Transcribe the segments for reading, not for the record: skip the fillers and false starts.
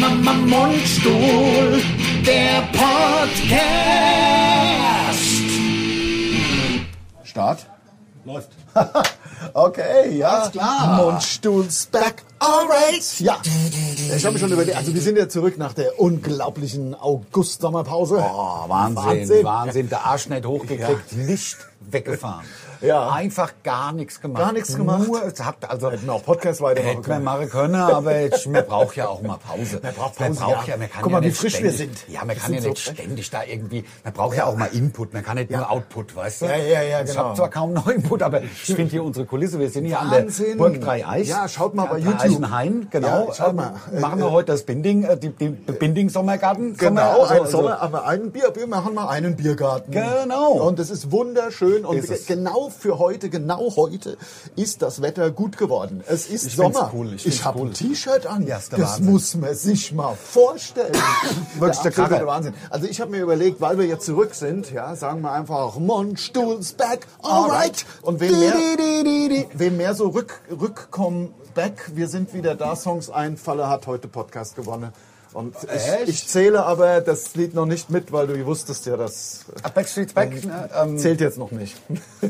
Mundstuhl, der Podcast. Start. Läuft. Okay, ja. Alles klar. Mundstuhl's back. Alright. Ja. Ich habe mich schon überlegt, also wir sind ja zurück nach der unglaublichen August-Sommerpause. Oh, Wahnsinn. Der Arsch nicht hochgekriegt, Licht weggefahren. Ja. Einfach gar nichts gemacht. Gar nichts gemacht. Nur, es hat, also, Hätten wir auch Podcast weitermachen hätten wir machen können, aber man braucht ja auch mal Pause. Man braucht Pause, ja. Man kann Guck mal, ja wie nicht frisch wir ständig, sind. Ja, man Wir kann ja sind nicht so frisch. ständig da irgendwie, man braucht ja auch mal Input, man kann nicht nur Output, weißt du? Ja, Ich genau. habe zwar kaum noch Input, aber ich finde hier unsere Kulisse, wir sind hier an Wahnsinn. der Burg Dreieich. Ja, schaut mal bei YouTube. Dreieichenhain, genau. Ja, schaut mal. Machen wir heute das Binding, die Binding-Sommergarten. Genau, Sommer, Sommer, aber wir machen mal einen Biergarten. Genau. Und es ist wunderschön und Ist es. genau heute ist das Wetter gut geworden. Es ist Ich find's Sommer. cool, ich Ich find's habe cool. ein T-Shirt an. Ja, ist der das Wahnsinn. muss man sich mal vorstellen. Wirklich der absolute Kracher. Wahnsinn. Also ich habe mir überlegt, weil wir jetzt zurück sind, ja, sagen wir einfach Mundstuhl's back, alright. Und wen mehr so rückkommen back, wir sind wieder da, Songs ein, Falle hat heute Podcast gewonnen. Und ich zähle aber das Lied noch nicht mit, weil du wusstest ja, das Backstreet's Back. zählt jetzt noch nicht.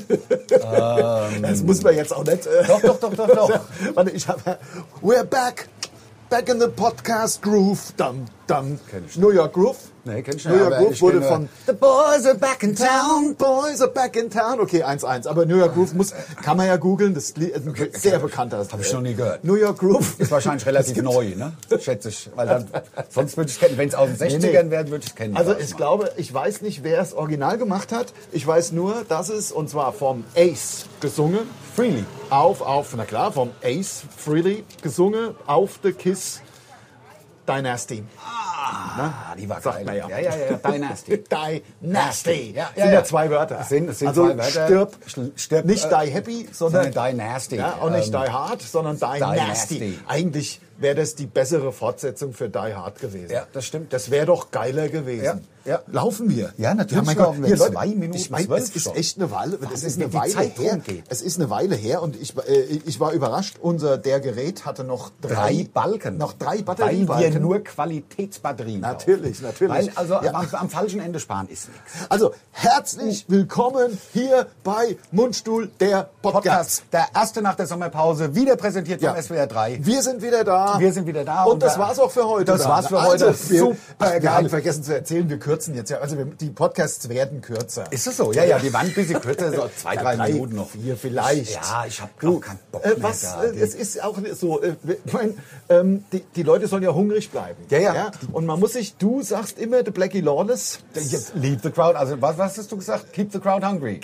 Das muss man jetzt auch nicht. Doch. Warte, we're back in the podcast groove. New York Groove. Nee, kenn ich New nicht, York aber Groove ich wurde kenne- von The boys are back in town. Boys are back in town. Okay, 1-1. Aber New York Groove kann man ja googeln. Das Lied ist ein sehr bekannter. Hab ich noch nie gehört. New York Groove. Ist wahrscheinlich relativ neu, ne? Schätze ich. Weil dann, sonst würde ich es kennen. Wenn es aus den 60ern wäre, würde ich es kennen. Also ich weiß nicht, wer es original gemacht hat. Ich weiß nur, dass es, und zwar vom Ace gesungen, Freely. vom Ace Freely gesungen, auf The Kiss Dynasty. Die war Sagt geil. man ja. Ja, Dynasty. Dynasty. Ja, Sind ja zwei Wörter. Es sind also zwei Wörter. stirb nicht Die Happy, sondern Die Nasty. Ja, auch nicht Die Hard, sondern Die Nasty. Nasty. Eigentlich wäre das die bessere Fortsetzung für Die Hard gewesen. Ja, das stimmt. Das wäre doch geiler gewesen. Ja. Laufen wir? Ja, natürlich mein laufen wir. Hier, Leute, 2 Minuten ich meine, 12 es ist schon. echt eine Weile, es ist wie eine die Weile Zeit her. rumgeht. Es ist eine Weile her und ich war überrascht. Der Gerät hatte noch Drei Balken. Noch 3 Weil Batteriebalken. wir nur Qualitätsbatterien Natürlich. Weil also Ja. am falschen Ende sparen ist nichts. Also, herzlich willkommen hier bei Mundstuhl, der Podcast. Der erste nach der Sommerpause, wieder präsentiert vom SWR 3. Wir sind wieder da. Und das war's auch für heute. Das war's für heute. Also, wir Supergeil. haben vergessen zu erzählen, wir kürzen jetzt ja. Also die Podcasts werden kürzer. Ist es so? Ja, die waren ein bisschen kürzer, so 2-3 Minuten noch. 4 vielleicht. Ja, ich habe auch keinen Bock mehr. Es ist auch so, die Leute sollen ja hungrig bleiben. Ja. Und man muss sich, du sagst immer, the Blackie Lawless. Jetzt leave the crowd. Also was hast du gesagt? Keep the crowd hungry.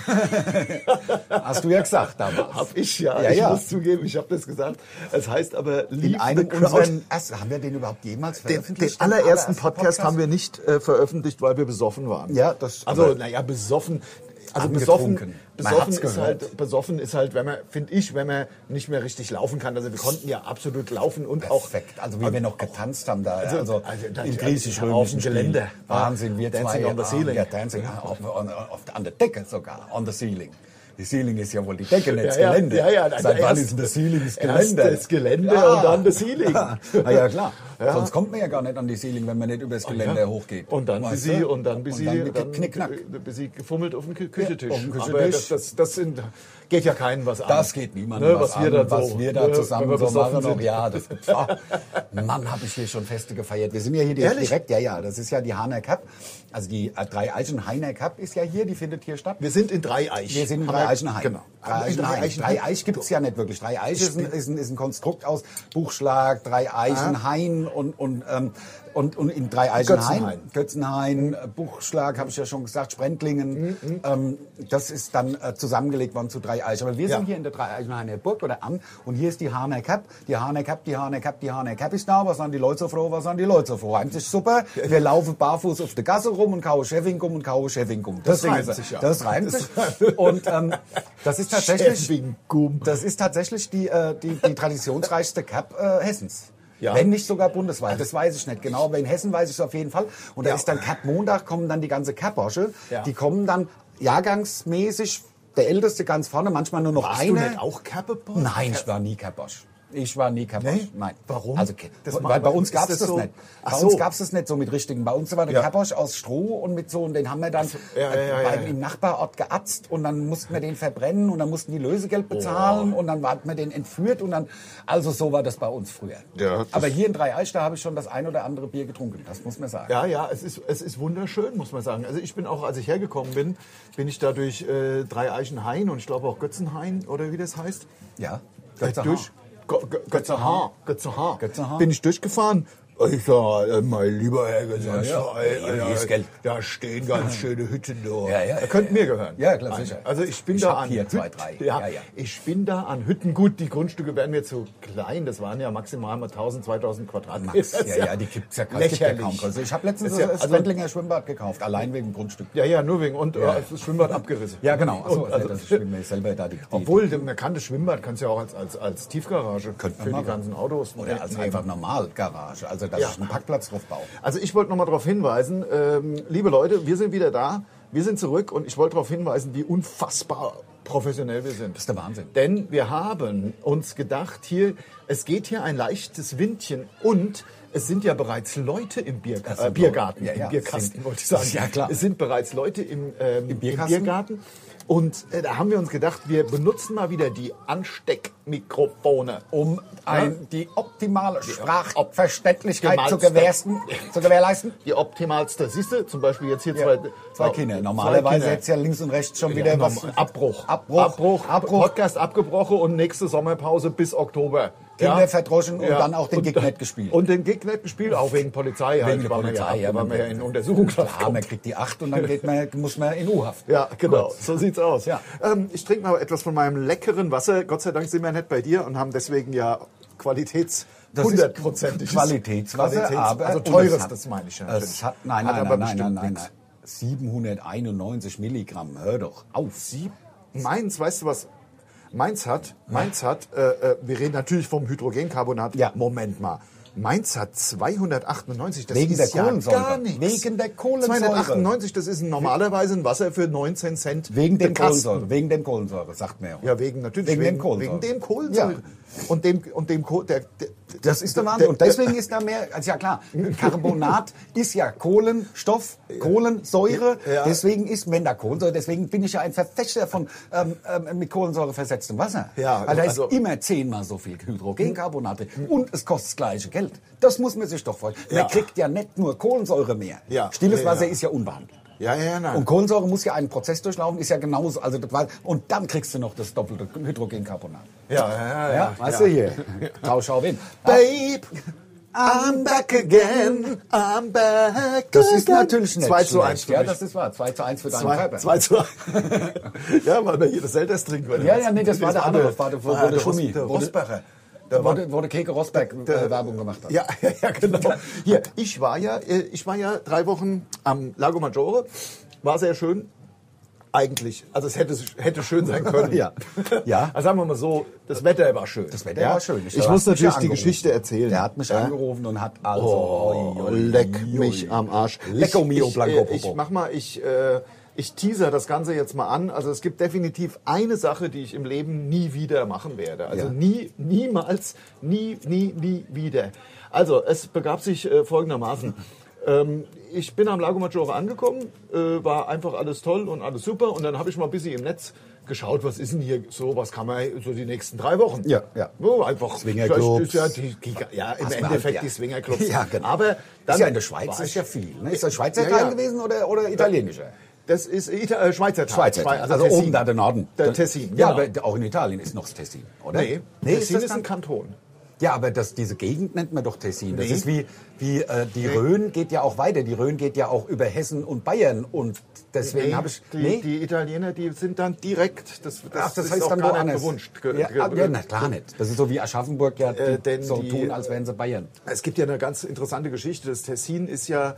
Hast du ja gesagt damals. Hab ich ja. Ja, ich ja. muss zugeben, ich habe das gesagt. Es heißt aber, In leave einem the crowd. haben wir den überhaupt jemals Den veröffentlicht? allerersten Podcast haben wir nicht veröffentlicht, weil wir besoffen waren. Ja, das- Also, aber- naja, besoffen. Also Angetrunken. Man hat's besoffen ist halt, wenn man nicht mehr richtig laufen kann. Also wir konnten ja absolut laufen und auch Perfekt. Also wie wir noch getanzt haben da. Also da- im auf griechisch-römischen dem Gelände. Stil. Wahnsinn, wir Dancing zwei. on the ceiling. Ja, Dancing an der Decke sogar. On the ceiling. Die Ceiling ist ja wohl die Decke, nicht das Ja, Gelände. ja. Seit wann Erst- ist denn das Ceiling das Erst Gelände? das Gelände und dann das Ceiling. Na ja, klar. Sonst kommt man ja gar nicht an die Ceiling, wenn man nicht über das Gelände hochgeht. Und dann Weißt bis du? und dann knickknack. bis sie gefummelt auf dem Küchentisch. auf dem Aber Küchentisch. das geht ja keinem was an. Das geht niemandem Ne, was wir da so- was wir da ne, zusammen wenn wir so machen. besoffen Noch, sind. ja, das gibt's auch. Mann, habe ich hier schon Feste gefeiert. Wir sind ja hier Ehrlich? direkt, ja, das ist ja die Hahner Cup. Also die Drei-Eichen-Hainer Cup ist ja hier, die findet hier statt. Wir sind in Dreieich. Wir sind in Dreieichenhain. Genau. Dreieich gibt es ja nicht wirklich. Dreieich ist ein Konstrukt aus Buchschlag, Dreieichenhain und in Dreieichenhain, Götzenhain, Buchschlag, habe ich ja schon gesagt, Sprentlingen. Das ist dann zusammengelegt worden zu Dreieich. Aber wir sind hier in der Dreieichenhainer Burg oder am und hier ist die Hahner Cup. Die Hahner Cup ist da. Was sind die Leute so froh? Reimt sich super. Wir laufen barfuß auf der Gasse rum und kauen Scheffingum und kauen Scheffingum. Das reimt sich, ja. Das reimt sich. Und das ist tatsächlich, Scheffingum. das ist tatsächlich die traditionsreichste Cup Hessens. Ja. Wenn nicht sogar bundesweit, das weiß ich nicht genau, aber in Hessen weiß ich es auf jeden Fall. Und da ist dann Cup Montag, kommen dann die ganze Cup-Bosche, die kommen dann jahrgangsmäßig, der Älteste ganz vorne, manchmal nur noch Warst eine. du nicht auch Kappebosch? Nein, ich war nie Cup-Bosch. Ich war nie Kerbosch. Nee? Nein. Warum? Also, Das weil bei uns ist gab es das das so? nicht. Ach Bei so. uns gab es das nicht so mit richtigen. Bei uns war der Kerbosch aus Stroh und mit so, und den haben wir dann im Nachbarort geatzt und dann mussten wir den verbrennen und dann mussten die Lösegeld bezahlen und dann hat man den entführt und dann, also so war das bei uns früher. Ja, das- Aber hier in Dreieich, da habe ich schon das ein oder andere Bier getrunken, das muss man sagen. Ja, es ist wunderschön, muss man sagen. Also ich bin auch, als ich hergekommen bin ich da durch Dreieichenhain und ich glaube auch Götzenhain oder wie das heißt. Ja. Durch Götzenhain. Götzenhain. Bin ich durchgefahren. Ich sag, mein lieber Herr Gesangsverein, Hier ist Geld. da stehen ganz schöne Hütten da. Ja. Da könnte mir gehören. Ja, klar, sicher. Also ich bin Ich da hab an hier 2, 3. Ja, Ja. ich bin da an Hütten. Gut, die Grundstücke wären mir zu klein. Das waren ja maximal mal 1000, 2000 Quadratmeter. Max, Das ist ja, die gibt's ja kaum. Es gibt ja lächerlich. kaum. Also ich habe letztens Ist ja- das also- Wendlinger Schwimmbad gekauft, allein wegen Grundstück. Ja, nur wegen. Und das Schwimmbad abgerissen. Ja, genau. Achso, Und, also, das schwimmen wir selber da die obwohl, man kann das Schwimmbad kannst ja auch als Tiefgarage Könnte man für die machen. ganzen Autos oder als nehmen. einfach normal Garage, also dass Ja. ich einen Parkplatz drauf baue. Also ich wollte noch mal darauf hinweisen, liebe Leute, wir sind wieder da, wir sind zurück und ich wollte darauf hinweisen, wie unfassbar professionell wir sind. Das ist der Wahnsinn. Denn wir haben uns gedacht, es geht hier ein leichtes Windchen und es sind ja bereits Leute im Biergarten. Ja, Im Bierkasten, sind- wollte ich sagen. Ja, klar. Es sind bereits Leute im Bierkasten? Biergarten. Und da haben wir uns gedacht, wir benutzen mal wieder die Ansteckmikrofone. Um die optimale Sprachverständlichkeit zu Gemalste. gewährleisten. Die optimalste. Siehst du, zum Beispiel jetzt hier Zwei Kinder. Normalerweise hätte es ja links und rechts schon wieder was. Abbruch. Abbruch. Podcast abgebrochen und nächste Sommerpause bis Oktober. Kinder verdroschen und dann auch den Gig nicht gespielt. Und den Gig nicht gespielt, auch wegen Polizei. Wegen der Weil Polizei, ja, weil wir ja in Untersuchungshaft Klar, man kriegt die 8 und dann muss man in U-Haft. Ja, genau. So sieht's aus. Ja. Ich trinke mal etwas von meinem leckeren Wasser. Gott sei Dank sind wir nicht bei dir und haben deswegen ja Das ist 100%iges Qualitätswasser, aber also und teures, es hat- das meine ich. Ja, Es hat, nein, Hat aber nein, bestimmt nein. nichts. 791 Milligramm, hör doch auf. Meins, weißt du was? Meins hat, wir reden natürlich vom Hydrogencarbonat. Ja. Moment mal. Meins hat 298, das Wegen ist der ja Kohlensäure. gar nichts. Wegen der Kohlensäure. 298, das ist normalerweise ein Wasser für 19 Cent. Wegen dem der Kasten. Kohlensäure, wegen dem Kohlensäure, sagt man ja. Ja, natürlich. Wegen dem Kohlensäure. Wegen dem Kohlensäure. Ja. Und dem Das ist der Wahnsinn. Und deswegen ist da mehr, also ja klar, Carbonat ist ja Kohlenstoff, Kohlensäure. Ja. Deswegen ist, wenn da Kohlensäure, deswegen bin ich ja ein Verfechter von mit Kohlensäure versetztem Wasser. Ja, weil da ist also- immer 10-mal so viel Hydrogencarbonat drin. Und es kostet das gleiche Geld. Das muss man sich doch vorstellen. Man Ja. kriegt ja nicht nur Kohlensäure mehr. Ja. Stilles Ja, Wasser ja. ist ja unbehandelt. Ja, nein. Und Kohlensäure muss ja einen Prozess durchlaufen, ist ja genauso. Also und dann kriegst du noch das doppelte Hydrogencarbonat. Ja. Weißt du hier? Schau wen. Babe, I'm back again, I'm back Das ist again. natürlich nicht 2:1 schlecht. Ja, das ist wahr. 2:1 für deinen Körper. 2:1. Ja, weil wir hier das Selters trinken. Ja, nee, das war der andere. Das war der der Schummi. Der Rosbacher. Wo der Keke Rosberg Werbung gemacht hat. Ja, genau. Hier, ich war ja 3 Wochen am Lago Maggiore. War sehr schön. Eigentlich. Also es hätte schön sein können. Ja. Also sagen wir mal so, das Wetter war schön. Das Wetter war schön. Ich muss natürlich die Geschichte erzählen. Der hat mich angerufen und hat also... Leck mich am Arsch. Lecco mio blanco popo. Ich mach mal, ich teaser das Ganze jetzt mal an. Also es gibt definitiv eine Sache, die ich im Leben nie wieder machen werde. Also niemals, nie wieder. Also es begab sich folgendermaßen. Ich bin am Lago Maggiore angekommen, war einfach alles toll und alles super. Und dann habe ich mal ein bisschen im Netz geschaut, was ist denn hier so, was kann man so die nächsten 3 Wochen. Ja. So, einfach Swingerclubs. Im Endeffekt die Swingerclubs. Ja, genau. Aber dann Ist ja in der Schweiz ist ja viel. Ne? Ist das Schweizer Ja, Teil ja. gewesen oder italienischer? Das ist Schweizer Teil. Schweizer Teil. Also Tessin. oben da der Norden. Der Tessin, Ja, genau. aber auch in Italien ist noch das Tessin, oder? Nee, ist Tessin das ist dann? ein Kanton. Ja, aber diese Gegend nennt man doch Tessin. Das Nee. ist wie die Rhön geht ja auch weiter. Die Rhön geht ja auch über Hessen und Bayern. Und deswegen habe ich... Die Italiener, die sind dann direkt, das das ist heißt auch dann gar woanders. nicht gewünscht. Ja, na klar nicht. Das ist so wie Aschaffenburg ja denn so die- tun, als wären sie Bayern. Es gibt ja eine ganz interessante Geschichte. Das Tessin ist ja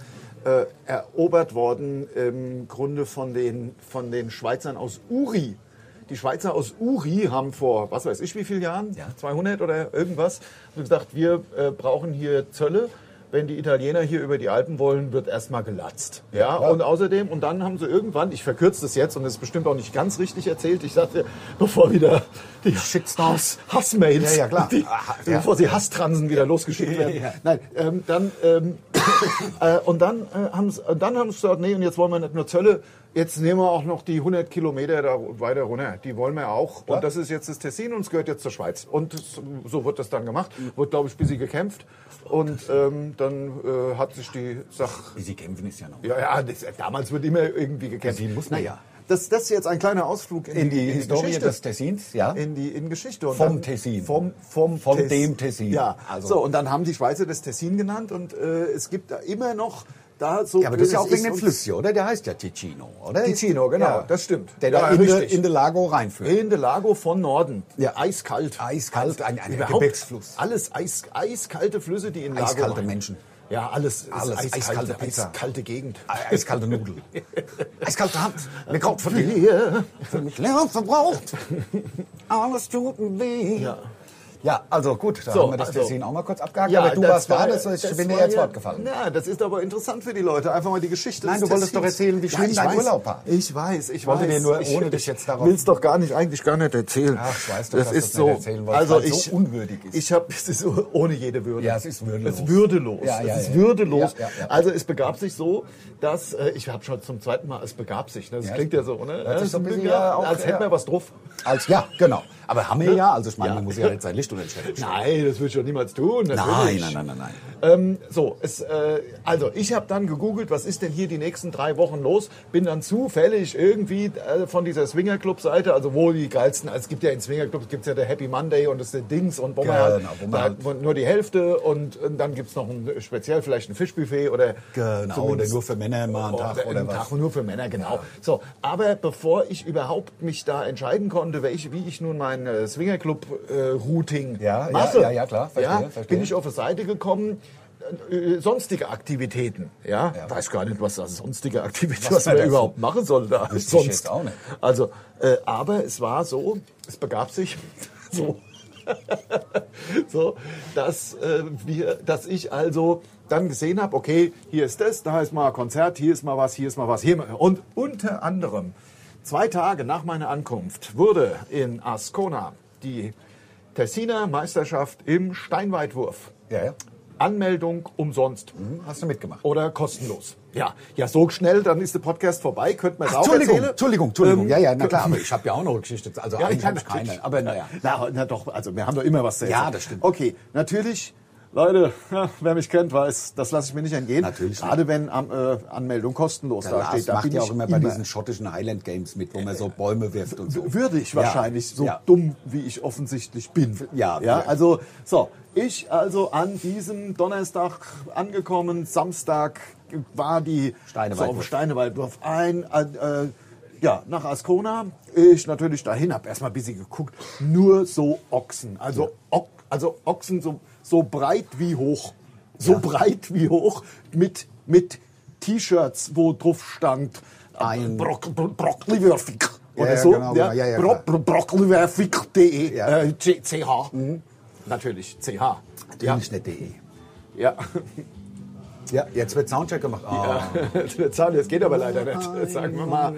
erobert worden im Grunde von den Schweizern aus Uri. Die Schweizer aus Uri haben vor, was weiß ich wie vielen Jahren, 200 oder irgendwas, haben gesagt, wir brauchen hier Zölle wenn die Italiener hier über die Alpen wollen, wird erstmal gelatzt. Ja, und außerdem, und dann haben sie irgendwann, ich verkürze das jetzt und das ist bestimmt auch nicht ganz richtig erzählt, ich sagte, bevor wieder die Shitstorms, Hassmails, ja, klar. bevor sie Hasstransen wieder losgeschickt werden. Ja. Nein, und dann haben sie gesagt, nee, und jetzt wollen wir nicht nur Zölle, jetzt nehmen wir auch noch die 100 Kilometer da weiter runter. Die wollen wir auch. Und das ist jetzt das Tessin und es gehört jetzt zur Schweiz. Und so wird das dann gemacht. Wird, glaube ich, ein bisschen gekämpft. Und dann hat sich die Sache... Sie kämpfen ist ja noch. Ja, damals wird immer irgendwie gekämpft. Tessin muss man ja. Das ist jetzt ein kleiner Ausflug in die Historie Geschichte. des Tessins, ja. In Geschichte. Und vom dann, Tessin. Von dem Tessin. Ja, also. So, und dann haben die Schweizer das Tessin genannt und es gibt da immer noch da so... Ja, aber das ist ja auch wegen dem Fluss, oder? Der heißt ja Ticino, oder? Ticino, genau, ja. Das stimmt. Der da in den Lago reinführt. In den Lago von Norden. Ja. Eiskalt. Eiskalt, ein Überhaupt Gebirgsfluss. Alles eiskalte Flüsse, die in Lago Eiskalte rein. Menschen. Ja, alles eiskalte Pizza. Eiskalte Gegend. Eiskalte Nudeln. Eiskalte Hand. Mir kommt von dir. Für mich leer verbraucht. Alles tut mir weh. Ja. Ja, also gut, da haben wir das Tessin auch mal kurz abgehakt. Ja, aber du warst da, ich bin dir jetzt Wort gefallen. Ja, das ist aber interessant für die Leute. Einfach mal die Geschichte Nein, des du wolltest doch Tessins. erzählen, wie schlimm dein Urlaub war. Ich weiß. Ich wollte dir nur, ohne dich jetzt darauf... will es doch eigentlich gar nicht erzählen. Ach, ich weiß doch, das dass ist du nicht erzählen wolltest, also weil es so unwürdig ist. Es ist so ohne jede Würde. Ja, es ist würdelos. Es ist würdelos. Ja, es ist würdelos. Ja. Also es begab sich so, dass, ich habe schon zum zweiten Mal, es begab sich. Ne? Das klingt ja so, ne? Das ist so ein bisschen, als hätten wir was drauf. Ja, genau. Aber haben wir ja, also ich meine, man muss ja jetzt sein Licht unterstellen. Nein, das würde ich doch niemals tun. Nein. Also ich habe dann gegoogelt, was ist denn hier die nächsten 3 Wochen los? Bin dann zufällig irgendwie von dieser Swingerclub-Seite, also wo die geilsten, also es gibt ja in Swingerclubs gibt's ja der Happy Monday und das ist der Dings und wo man halt nur die Hälfte und dann gibt's noch speziell vielleicht ein Fischbuffet oder oder nur für Männer mal einen Tag oder was. Tag nur für Männer, genau. Ja. So, aber bevor ich überhaupt mich da entscheiden konnte, wie ich nun mein Swingerclub-Routing mache, ja, klar, verstehe. bin ich auf eine Seite gekommen, sonstige Aktivitäten. Ja? Weiß gar nicht, was das sonstige Aktivitäten, was man überhaupt machen soll da. Sonst. Ich jetzt auch nicht. Also, aber es war so, es begab sich so, dass ich also dann gesehen habe, okay, hier ist das, da ist mal ein Konzert, hier ist mal was, hier ist mal was, hier mal. Und unter anderem 2 Tage nach meiner Ankunft wurde in Ascona die Tessiner Meisterschaft im Steinweitwurf. Ja. Anmeldung umsonst. Hast du mitgemacht? Oder kostenlos. Ja, so schnell, dann ist der Podcast vorbei. Könnte man es auch erzählen? Entschuldigung. Na klar, aber ich habe ja auch noch eine Geschichte. Also eigentlich habe ich keine. Aber naja. Na doch, also wir haben doch immer was zu erzählen. Ja, das stimmt. Okay, natürlich, Leute, wer mich kennt, weiß, das lasse ich mir nicht entgehen. Natürlich. Gerade wenn Anmeldung kostenlos da steht. Da macht ja auch immer bei diesen schottischen Highland Games mit, wo man so Bäume wirft und so. Würde ich wahrscheinlich, so dumm wie ich offensichtlich bin. Ja, also ich an diesem Donnerstag angekommen, Samstag war die Steinewaldwurf nach Ascona. Ich natürlich dahin, habe erstmal ein bisschen geguckt, nur so Ochsen, also Ochsen so breit wie hoch, breit wie hoch mit T-Shirts, wo drauf stand Broccoliwerfig oder so, broccoliwerfig.de, CH. Natürlich, CH. Natürlich nicht DE. Ja. Ja, jetzt wird Soundcheck gemacht. Oh. Ja, das geht aber leider nicht. Sagen wir mal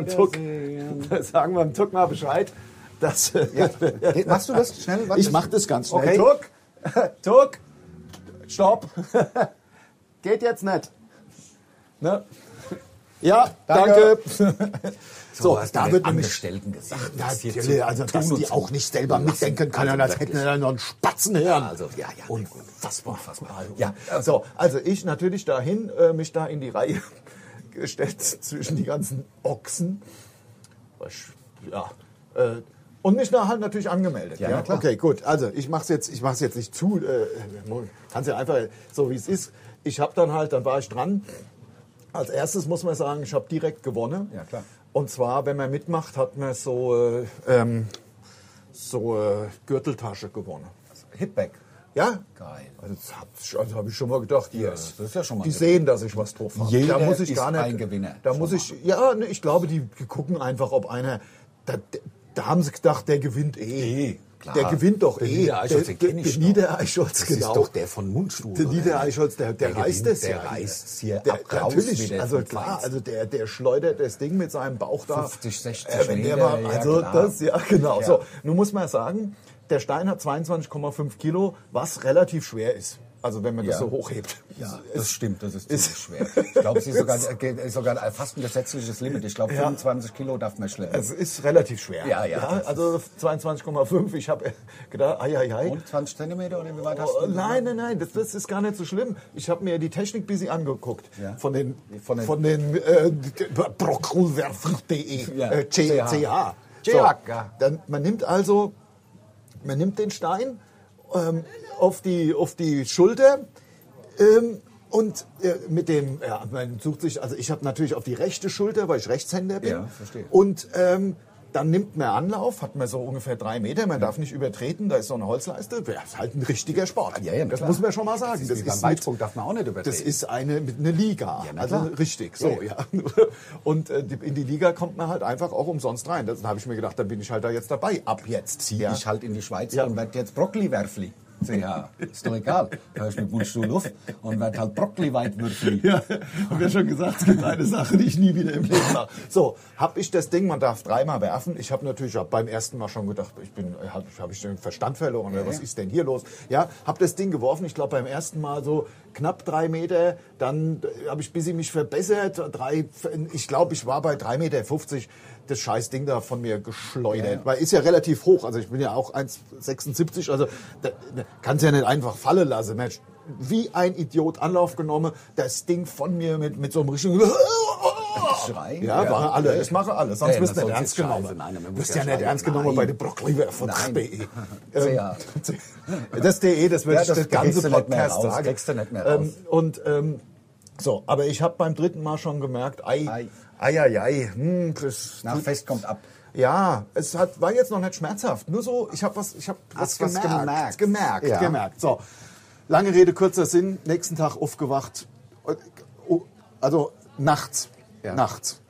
dem Tuck mal Bescheid. Dass Machst du das schnell? Ich mach das ganz schnell. Okay. Tuck, stopp. Geht jetzt nicht. Ne? Ja, danke. So, da wird nämlich Angestellten gesagt. Natürlich, also dass die auch nicht selber mitdenken können, als hätten wir noch einen Spatzenhirn. Also, unfassbar. Ja, so, also ich natürlich dahin, mich da in die Reihe gestellt zwischen die ganzen Ochsen. Und mich da halt natürlich angemeldet. Ja, klar. Okay, gut. Also ich mach's jetzt nicht zu. Kannst ja einfach so wie es ist. Dann war ich dran. Als erstes muss man sagen, ich habe direkt gewonnen. Ja, klar. Und zwar, wenn man mitmacht, hat man so Gürteltasche gewonnen. Hitback. Ja? Geil. Also habe ich schon mal gedacht, das ist ja schon mal die sehen, dass ich was drauf habe. Jeder da muss ich ist gar nicht, ein Gewinner. Ich glaube, die gucken einfach, ob einer, da haben sie gedacht, der gewinnt Klar. Der gewinnt doch Der eh. Niedereischolz, den kenn ich der noch. Niedereischolz, Das genau. ist doch der von Mundstuhl. Der Niedereischolz, der reißt das der ja. reißt hier Der, ab, raus natürlich, wieder also vom klar, Feinsten. also der schleudert das Ding mit seinem Bauch da. 50, 60 wenn der Meter, mal, ja, also klar. das, ja genau. Ja. So, nun muss man sagen, der Stein hat 22,5 Kilo, was relativ schwer ist. Also wenn man das so hochhebt. Ja, das stimmt, das ist ziemlich schwer. Ich glaube, es ist sogar fast ein gesetzliches Limit. Ich glaube, 25 Kilo darf man schleppen. Es ist relativ schwer. Ja, also 22,5. Ich habe gedacht, ei. Und 20 Zentimeter oder wie weit hast du? Nein, das ist gar nicht so schlimm. Ich habe mir die Technik ein bisschen angeguckt. Ja. Von den Brockelwerfer.de CH. So, dann, man nimmt den Stein auf die Schulter und mit dem, man sucht sich, also ich habe natürlich auf die rechte Schulter, weil ich Rechtshänder bin. Ja, verstehe. Und dann nimmt man Anlauf, hat man so ungefähr 3 Meter, man darf nicht übertreten, da ist so eine Holzleiste. Das ist halt ein richtiger Sport. Ja, das klar. muss man schon mal sagen. Das ist beim Weitsprung darf man auch nicht übertreten. Das ist eine Liga, Ja, na also klar. richtig, so, Ja. Und in die Liga kommt man halt einfach auch umsonst rein. Dann habe ich mir gedacht, dann bin ich halt da jetzt dabei, ab jetzt. Zieh ich halt in die Schweiz Ja. und werde jetzt Brokkoli-Werfli. Ja, ist doch egal. Da höre ich mit Mundstuhl auf und werde halt Brokkoli-Weitwürfli. Ja, habe ja schon gesagt, es gibt eine Sache, die ich nie wieder im Leben mache. So, habe ich das Ding, man darf 3-mal werfen. Ich habe natürlich beim ersten Mal schon gedacht, habe ich den Verstand verloren oder was ist denn hier los? Ja, habe das Ding geworfen, ich glaube beim ersten Mal so knapp 3 Meter, dann habe ich ein bisschen mich verbessert, ich glaube, ich war bei 3,50 Meter, das scheiß Ding da von mir geschleudert, weil ist ja relativ hoch, also ich bin ja auch 1,76, also da kannst ja nicht einfach fallen lassen, Mensch. Wie ein Idiot Anlauf genommen, das Ding von mir mit so einem richtigen Schrei? Ja, machen alle. Das machen alle. Sonst Ja, wirst du das nicht soll ernst jetzt genommen. scheiße. Nein, man Du muss wirst ja ja nicht schreiben. ernst genommen Nein. bei der Brokkoliwer von Nein. BE. CH. Das DE, das würde Ja, ich das das ganze kriegst du nicht mehr Podcast raus, sagen. kriegst du nicht mehr raus. So, aber ich habe beim 3. Mal schon gemerkt, ei. Das Nach Fest kommt ab. ja, war jetzt noch nicht schmerzhaft. Nur so, ich habe was Hast was gemerkt. gemerkt. So, lange Rede, kurzer Sinn. Nächsten Tag aufgewacht. Also nachts. Ja. Nachts.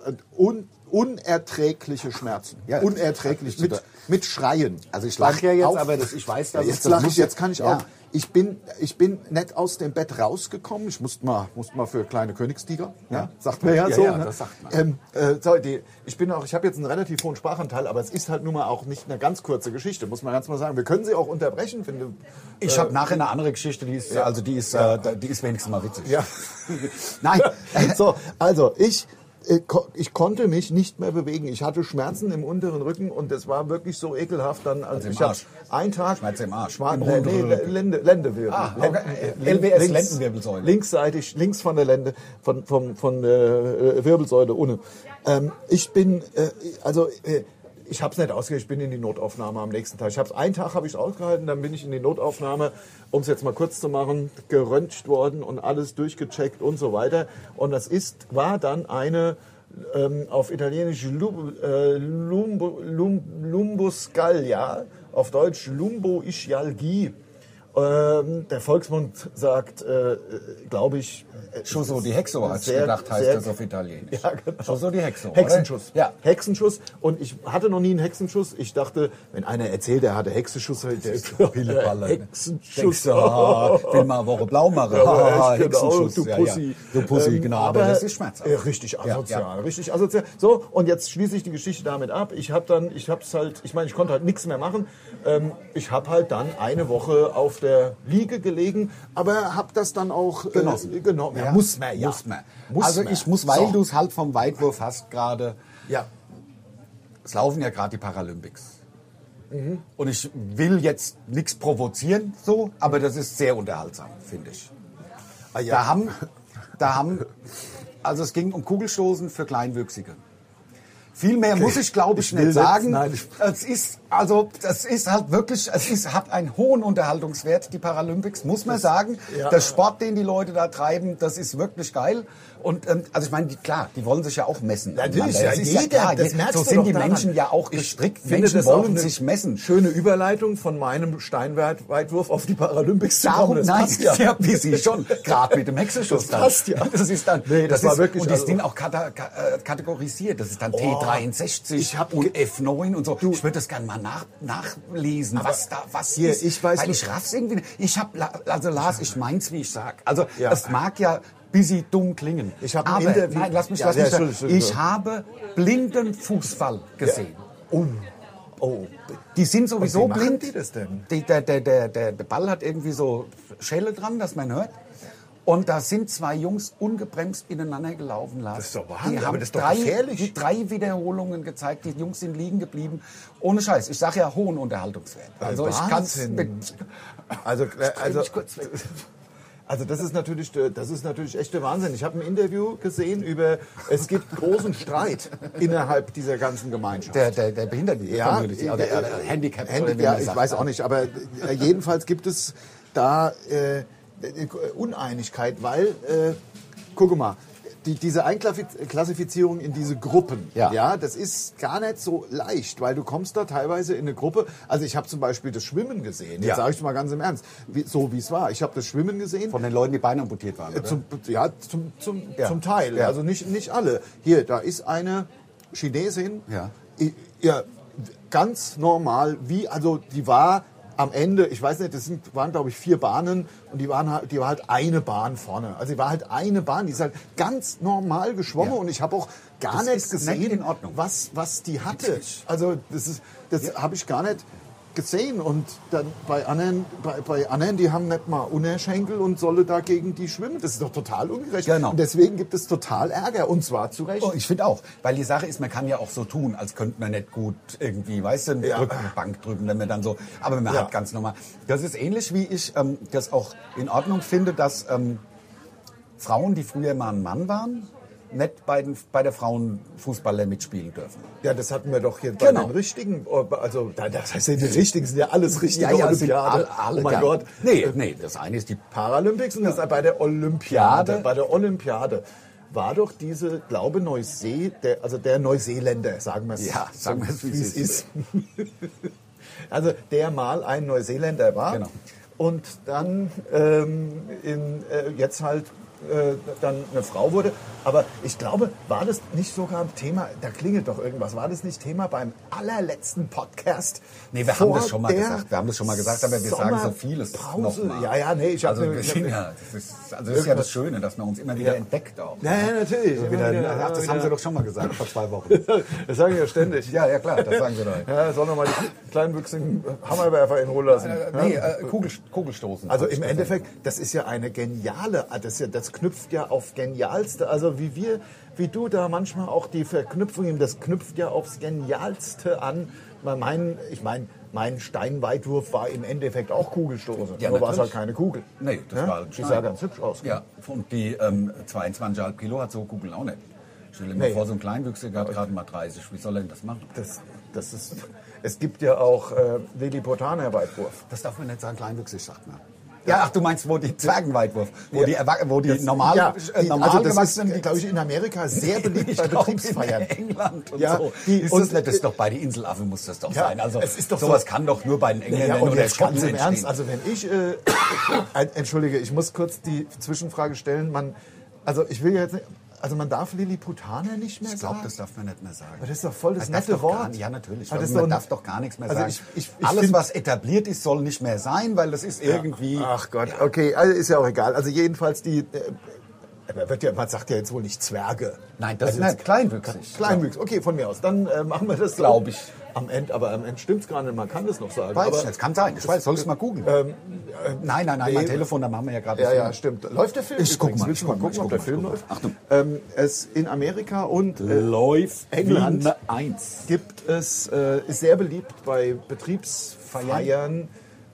Unerträgliche Schmerzen. Ja. Unerträglich. Mit Schreien. Also ich lache ja jetzt, Auf- aber ich weiß, dass jetzt das lache muss ich, jetzt kann ich ja. auch. Ich bin nicht aus dem Bett rausgekommen. Ich musste mal für kleine Königstiger. Ja. Sagt man ja, Ja, so. ja, ne? das sagt man. Ich habe jetzt einen relativ hohen Sprachanteil, aber es ist halt nun mal auch nicht eine ganz kurze Geschichte, muss man ganz mal sagen. Wir können sie auch unterbrechen, wenn du. Ich habe nachher eine andere Geschichte, die ist wenigstens mal witzig. Ja. Nein. So, also ich konnte mich nicht mehr bewegen. Ich hatte Schmerzen im unteren Rücken und das war wirklich so ekelhaft. Dann, im ich hab Arsch. einen Tag. Schmerz im Arsch. Im Im unteren Rücken. Lendewirbel. Ah, okay. LWS, Lendenwirbelsäule. Linksseitig, links von der Lende, von der Wirbelsäule ohne. Ich habe es nicht ausgehalten, ich bin in die Notaufnahme am nächsten Tag. Einen Tag habe ich es ausgehalten, dann bin ich in die Notaufnahme, um es jetzt mal kurz zu machen, geröntgt worden und alles durchgecheckt und so weiter. Und das war dann eine auf Italienisch Lumboscaglia, auf Deutsch Lumboischialgie. Der Volksmund sagt, glaube ich... Choso di Hexo, hat sehr- gedacht, heißt sehr- das auf Italienisch. Ja, genau. Choso di Hexo, Hexenschuss. Oder? Ja. Hexenschuss. Und ich hatte noch nie einen Hexenschuss. Ich dachte, wenn einer erzählt, er hatte Hexenschuss, Hexenschuss. Will mal eine Woche blau machen. Ja, echt, genau, Hexenschuss. du Ja, Pussy. ja. Du Pussy, genau. Aber das ist schmerzhaft. Richtig asozial, Ja. richtig asozial. So, und jetzt schließe ich die Geschichte damit ab. Ich konnte halt nichts mehr machen. Ich habe halt dann eine Woche auf der Liege gelegen, aber habe das dann auch genommen. Ja, muss man, ja. Also ich muss, weil du es halt vom Weitwurf hast gerade, Ja. es laufen ja gerade die Paralympics. Und ich will jetzt nichts provozieren, so, aber das ist sehr unterhaltsam, finde ich. Ah, ja. Also es ging um Kugelstoßen für Kleinwüchsige. Viel mehr muss ich, glaube ich, Ich will nicht nicht, sagen. nein, Das ist halt wirklich, hat einen hohen Unterhaltungswert, die Paralympics, muss man sagen. ja. Der Sport, den die Leute da treiben, das ist wirklich geil. Und also ich meine, klar, die wollen sich ja auch messen. Natürlich, Das ja, ist jeder, klar. das merkst so du sind doch die daran. Menschen ja auch Ich gestrickt. finde Menschen das auch wollen eine sich messen. Schöne Überleitung von meinem Steinweitwurf auf die Paralympics zu kommen. Das Nein, passt ja. ja, wie Sie schon. Gerade mit dem Hexenschuss. Das passt ja. Das ist dann, Nee, das war ist, wirklich, und das also- Ding auch kategorisiert. Das ist dann T63 Ich hab und F9 und so. Ich würde das gerne mal mal nachlesen, was Hier, ist. ich weiß weil nicht. ich raff's irgendwie nicht. Lars, ich mein's, wie ich sag. Also, es mag ja busy dumm klingen. Ich habe aber, ein Interview. nein, lass mich Ja, sagen. Entschuldigung. Ich habe blinden Fußball gesehen. Oh, Die sind sowieso Und wie machen blind. die das denn? Der Ball hat irgendwie so Schelle dran, dass man hört. Und da sind zwei Jungs ungebremst ineinander gelaufen. Lars. Das ist doch Wahnsinn, Die haben aber das ist doch gefährlich. drei Wiederholungen gezeigt. Die Jungs sind liegen geblieben. Ohne Scheiß. Ich sage ja hohen Unterhaltungswert. Also ich kann's Wahnsinn. mit... Also das ist natürlich echt der Wahnsinn. Ich habe ein Interview gesehen über, es gibt großen Streit innerhalb dieser ganzen Gemeinschaft. Der Behinderten-Community, oder Handicap, oder wie ja, man ich sagt. weiß auch nicht, aber jedenfalls gibt es da Uneinigkeit, weil, guck mal, diese Einklassifizierung in diese Gruppen, ja, das ist gar nicht so leicht, weil du kommst da teilweise in eine Gruppe. Also ich habe zum Beispiel das Schwimmen gesehen. Jetzt sage ich mal ganz im Ernst, so wie es war. Ich habe das Schwimmen gesehen. Von den Leuten, die Beine amputiert waren, oder? Zum Teil. Ja. Also nicht alle. Hier, da ist eine Chinesin. Ja, ganz normal, also die war am Ende, ich weiß nicht, waren glaube ich 4 Bahnen und die war halt eine Bahn vorne. Also die war halt eine Bahn, die ist halt ganz normal geschwommen und ich habe auch gar nicht gesehen, in Ordnung. was die hatte. Also das habe ich gar nicht gesehen und dann bei anderen, die haben nicht mal Unterschenkel und solle da gegen die schwimmen. Das ist doch total ungerecht. Genau. Und deswegen gibt es total Ärger und zwar zu Recht. Oh, ich finde auch, weil die Sache ist, man kann ja auch so tun, als könnte man nicht gut irgendwie, weißt du, eine Bank drücken, wenn man dann so, aber man hat ganz normal. Das ist ähnlich, wie ich das auch in Ordnung finde, dass Frauen, die früher mal ein Mann waren, nicht bei der Frauenfußballer mitspielen dürfen. Ja, das hatten wir doch hier bei den richtigen, also das heißt ja, die richtigen sind ja alles richtige Olympiade. Alle oh mein Gott. Nee, das eine ist die Paralympics und das ist bei der Olympiade. Bei der Olympiade war doch diese, glaube der Neuseeländer, sagen wir es. Ja, sagen wir es, wie es ist. Also der mal ein Neuseeländer war. Genau. Und dann jetzt halt dann eine Frau wurde. Aber ich glaube, war das nicht sogar ein Thema, da klingelt doch irgendwas, war das nicht Thema beim allerletzten Podcast? Nee, wir haben das schon mal gesagt. Wir haben das schon mal gesagt, aber wir sagen so vieles nochmal. Ich habe das ist ja das Schöne, dass man uns immer wieder entdeckt auch. Ja, natürlich. Das haben Sie doch schon mal gesagt, vor 2 Wochen. Das sagen Sie ja ständig. Ja, klar, das sagen Sie doch. Ja, sollen wir mal die kleinwüchsigen Hammerwerfer in Ruhe lassen. Kugelstoßen. Also im Endeffekt, das ist ja eine geniale, das knüpft ja auf Genialste, also wie du da manchmal auch die Verknüpfung, das knüpft ja aufs Genialste an. Mein Steinweitwurf war im Endeffekt auch Kugelstoße. Ja, nur war es halt keine Kugel. Nee, das war ein Die sah ganz hübsch aus. Ja, und die 22,5 Kilo hat so Kugeln auch nicht. Stell dir mal vor, so ein Kleinwüchsiger hat gerade mal 30. Wie soll er denn das machen? Es gibt ja auch Lilliputaner Weitwurf. Das darf man nicht sagen, kleinwüchsig, sagt man. Ja, ach, du meinst, wo die Zwergenweitwurf, wo die normal also das gewachsenen, ist, glaube ich, in Amerika sehr beliebt bei Betriebsfeiern. In England und Ja, so. Das ist doch bei den Inselaffen muss das doch sein. Also es ist doch sowas so. kann doch nur bei den Engländern und oder jetzt ganz Schotten im Ernst, entstehen. also wenn ich, entschuldige, ich muss kurz die Zwischenfrage stellen, ich will ja jetzt nicht, also man darf Lilliputaner nicht mehr sagen? Ich glaube, das darf man nicht mehr sagen. Aber das ist doch voll das nette Wort. Ja, natürlich. Man darf doch gar nichts mehr sagen. Ich Alles, was etabliert ist, soll nicht mehr sein, weil das ist irgendwie... Ach Gott, okay, also ist ja auch egal. Also jedenfalls man sagt ja jetzt wohl nicht Zwerge. Nein, das ist nicht kleinwüchsig. Kleinwüchsig, okay, von mir aus. Dann machen wir das so. Glaube ich. Am Ende stimmt es gar nicht, man kann das noch sagen. Weiß ich nicht, kann sein. Ich weiß, soll ich es mal googeln? Nein, mein Telefon, da machen wir ja gerade das Ja, stimmt. Läuft der Film? Ich guck mal. Willst du mal gucken, ob der Film läuft? Achtung. Es in Amerika und läuft England wie 1. gibt es, ist sehr beliebt bei Betriebsfeiern.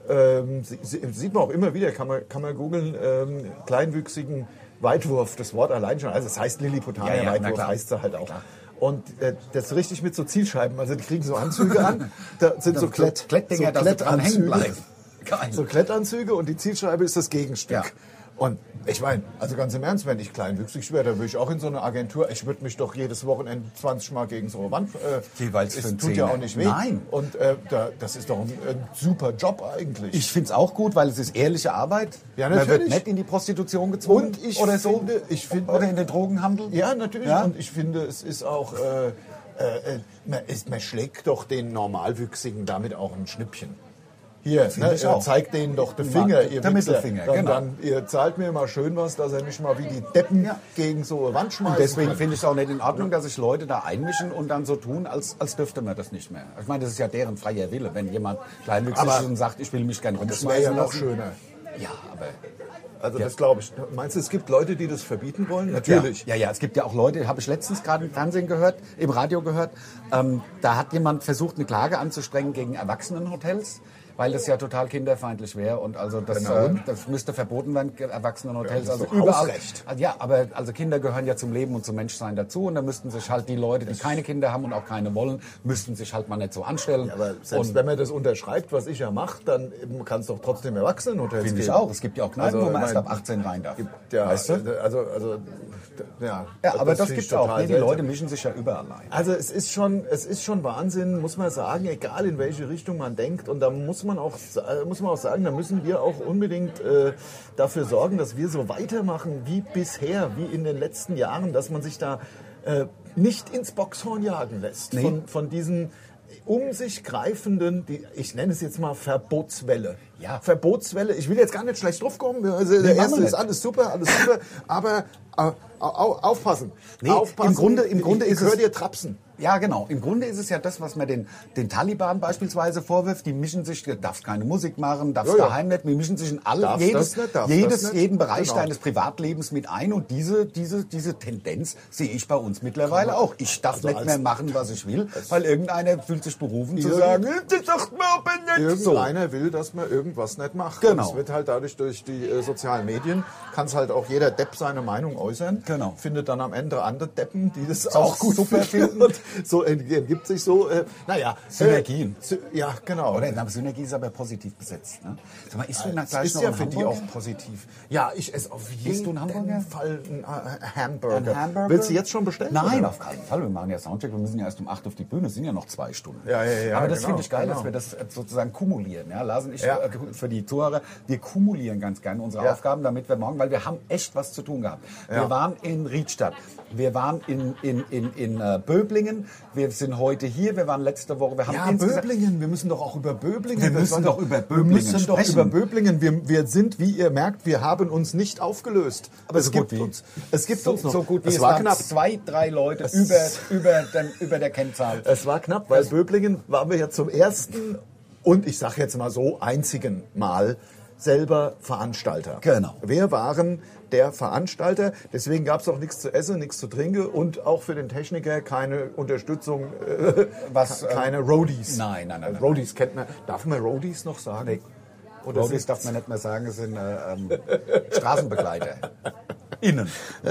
Sieht man auch immer wieder, kann man googeln, kleinwüchsigen Weitwurf, das Wort allein schon. Also es heißt Lilliputaner Weitwurf, heißt es halt auch. Und das ist richtig mit so Zielscheiben. Also die kriegen so Anzüge an. Da sind so Klettdinger, dass sie dran hängen bleiben. So Klettanzüge und die Zielscheibe ist das Gegenstück. Ja. Und ich meine, also ganz im Ernst, wenn ich kleinwüchsig wäre, dann würde ich auch in so eine Agentur, ich würde mich doch jedes Wochenende 20 Mal gegen so eine Wand, jeweils für es einen tut ja Zehner. auch nicht weh. Nein. Und das ist doch ein super Job eigentlich. Ich finde es auch gut, weil es ist ehrliche Arbeit. Ja, Man natürlich. wird nicht in die Prostitution gezwungen. Und ich oder finde, oder in den Drogenhandel. Ja, natürlich. Ja? Und ich finde, es ist auch man schlägt doch den Normalwüchsigen damit auch ein Schnippchen. Hier, ich auch. zeigt denen doch den Finger, ihr der Wichser. Mittelfinger, genau. Dann, ihr zahlt mir mal schön was, dass er mich mal wie die Deppen gegen so eine Wand schmeißt. Und deswegen finde ich es auch nicht in Ordnung, dass sich Leute da einmischen und dann so tun, als dürfte man das nicht mehr. Ich meine, das ist ja deren freier Wille, wenn jemand kleinwüchsig ist und sagt, ich will mich gerne Das wäre ja rumschmeißen noch lassen. schöner. Ja, aber... Also das glaube ich. Meinst du, es gibt Leute, die das verbieten wollen? Natürlich. Ja, es gibt ja auch Leute, habe ich letztens gerade im Fernsehen gehört, im Radio gehört, da hat jemand versucht, eine Klage anzustrengen gegen Erwachsenenhotels, weil das ja total kinderfeindlich wäre und also das, das müsste verboten werden, Erwachsenenhotels. Ja, das ist Also doch überall. Hausrecht. Ja, aber also Kinder gehören ja zum Leben und zum Menschsein dazu und da müssten sich halt die Leute, die keine Kinder haben und auch keine wollen, müssten sich halt mal nicht so anstellen. Ja, aber selbst wenn man das unterschreibt, was ich ja mache, dann kann es doch trotzdem Erwachsenenhotels Finde geben. ich auch. Es gibt ja auch Kneipen, Also, wo man ich erst mein, ab 18 rein darf. Ja, Weißt du? Ja, aber das finde ich gibt's auch. total Nee, die seltsam. Leute mischen sich ja überall ein. Also es ist schon Wahnsinn, muss man sagen, egal in welche Richtung man denkt. Und da muss man auch sagen, da müssen wir auch unbedingt dafür sorgen, dass wir so weitermachen wie bisher, wie in den letzten Jahren, dass man sich da nicht ins Boxhorn jagen lässt. Nee. Von diesen um sich greifenden, ich nenne es jetzt mal Verbotswelle. Ja. Verbotswelle, ich will jetzt gar nicht schlecht drauf kommen, also der erste ist alles super, aber aufpassen. Nee, Aufpassen. im Grunde ich ist höre es- dir trapsen. Ja, genau. Im Grunde ist es ja das, was man den Taliban beispielsweise vorwirft. Die mischen sich, du darfst keine Musik machen, darfst Ja, ja. daheim nicht, wir mischen sich in Darfst das nicht, darfst das nicht. jeden Bereich Genau. deines Privatlebens mit ein. Und diese Tendenz sehe ich bei uns mittlerweile auch. Ich darf Also nicht als- mehr machen, was ich will, weil irgendeiner fühlt sich berufen zu sagen, das sagt mir aber nicht so. Irgendeiner will, dass man irgendwas nicht macht. Genau. Und es wird halt dadurch durch die sozialen Medien, kann es halt auch jeder Depp seine Meinung äußern. Genau. Findet dann am Ende andere Deppen, die das auch auch gut super finden. Und so ergibt sich so, Synergien. Ja, genau. Oder? Aber Synergie ist aber positiv besetzt. Ne? Sag mal, isst du Das gleich ist noch ja einen für die Hamburger? auch positiv. Ja, ich esse auf jeden du einen Hamburger? Fall einen Hamburger. Ein Hamburger? Willst du jetzt schon bestellen? Nein, oder? auf keinen Fall. Wir machen ja Soundcheck. Wir müssen ja erst um 8 auf die Bühne. Es sind ja noch 2 Stunden. Ja, Aber das genau, finde ich geil, genau. dass wir das sozusagen kumulieren. Ja, Lars und ich, Ja. für die Zuhörer, wir kumulieren ganz gerne unsere Ja. Aufgaben, damit wir morgen, weil wir haben echt was zu tun gehabt. Wir Ja. waren in Riedstadt. Wir waren in Böblingen. Wir sind heute hier. Wir waren letzte Woche. Wir haben Ja, insgesamt- Böblingen, wir müssen doch auch über Böblingen. Wir Das müssen war doch über Wir Böblingen müssen doch sprechen. über Böblingen. Wir sind, wie ihr merkt, wir haben uns nicht aufgelöst. Aber so gut wie. Es gibt so, uns noch. so gut wie es es war waren knapp. 2, 3 Leute über der Kennzahl. Es war knapp, weil Böblingen waren wir ja zum ersten und ich sage jetzt mal so einzigen Mal selber Veranstalter. Genau. Wir waren der Veranstalter, deswegen gab es auch nichts zu essen, nichts zu trinken und auch für den Techniker keine Unterstützung, keine Roadies. Nein. Roadies kennt man. Darf man Roadies noch sagen? Nee. Oder Roadies sind- darf man nicht mehr sagen, es sind Straßenbegleiter. Innen.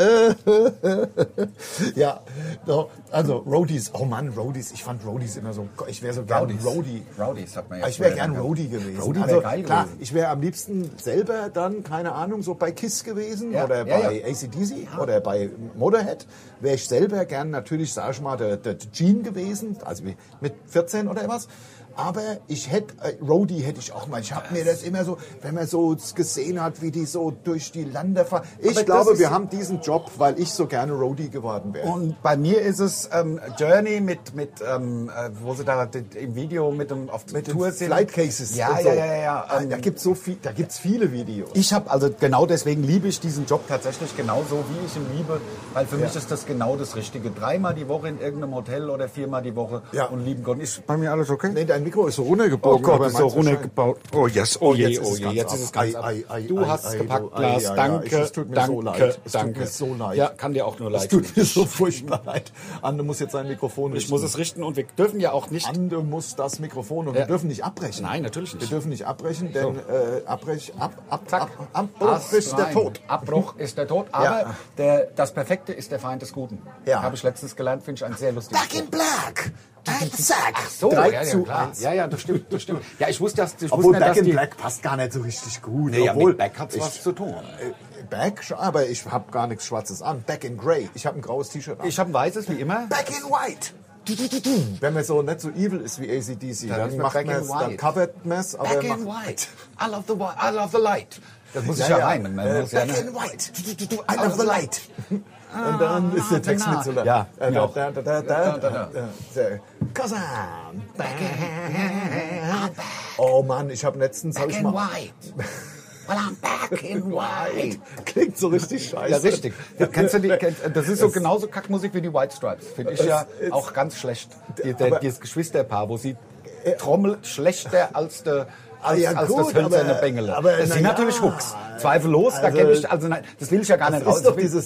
Ja, so, also Roadies. Oh Mann, Roadies. Ich fand Roadies immer so. Ich wäre so gern Roadie. Rowdies hat man ja Ich wäre früher gern dann Roadie gewesen. Roadie wäre Also, geil klar, gewesen. ich wäre am liebsten selber dann, keine Ahnung, so bei KISS gewesen Ja, oder ja, bei ja. AC/DC oder bei Motorhead. Wäre ich selber gern natürlich, sag ich mal, der Gene gewesen, also mit 14 oder was. Aber ich hätte, Roadie hätte ich auch mal. Ich habe mir das immer so, wenn man so gesehen hat, wie die so durch die Lande fahren. Aber Ich das glaube, ist- wir haben diesen Job, weil ich so gerne Roadie geworden wäre. Und bei mir ist es Journey wo sie da im Video mit dem auf Mit den Tour sind. Flight Cases. Ja, und so. ja. Da gibt's so viel, da gibt's viele Videos. Ich habe also genau deswegen liebe ich diesen Job tatsächlich genauso, wie ich ihn liebe, weil für mich ist das genau das Richtige. 3-mal die Woche in irgendeinem Hotel oder 4-mal die Woche Ja. und lieben Gott. Ist bei mir alles okay? Nee, dein Mikro ist so runtergebogen. Oh Gott, aber ist so meins wahrscheinlich- runtergebaut. Oh yes, oh je, jetzt ist oh es je, ganz jetzt ab. ist es ganz Ei, ab. ei, ei, Du ei, hast ei, gepackt, du- ei, Lars. ja, ja, Danke, es tut mir danke, so leid. Es danke. tut mir so leid. Ja, kann dir auch nur leid Es tut tun. mir so furchtbar leid. Ande muss jetzt sein Mikrofon richten. Ich muss es richten und wir dürfen ja auch nicht... Ande muss das Mikrofon und Ja. wir dürfen nicht abbrechen. Nein, natürlich nicht. Wir dürfen nicht abbrechen, denn Zack. Abbruch ist der Nein. Tod. Abbruch ist der Tod. Aber das Perfekte ist der Feind des Guten. Ja. Habe ich letztens gelernt, finde ich ein sehr lustiges Back in black. Zack. So, 3:1. klar. Ja, das stimmt. Ja, ich wusste, dass Obwohl nicht, Back dass in die... Black passt gar nicht so richtig gut. Nee, ja, Obwohl, mit Back hat's ich- was zu tun. Back, aber ich habe gar nichts Schwarzes an. Back in Grey. Ich habe ein graues T-Shirt an. Ich habe ein weißes, wie immer. Back in White. Wenn man so nicht so evil ist wie AC/DC, Dann dann ist man macht back man in es, dann white. covert man es, aber Back in macht- white. I love the light. Das muss ich ja rein. Man muss Black and white, I love the light. Und dann ist der Text mit so lang. Ja, Cause I'm back. Oh Mann, ich habe letztens... Black and white. Well, I'm back in white. Klingt so richtig scheiße. Ja, richtig. Kennst du das ist so genauso Kackmusik wie die White Stripes. Finde ich ja auch ganz schlecht. Dieses Geschwisterpaar, wo sie trommelt schlechter als das hölzerne Bengele. Aber das sind natürlich Hooks. Zweifellos, da kenne ich, also nein, das will ich ja gar nicht raus. Das ist doch dieses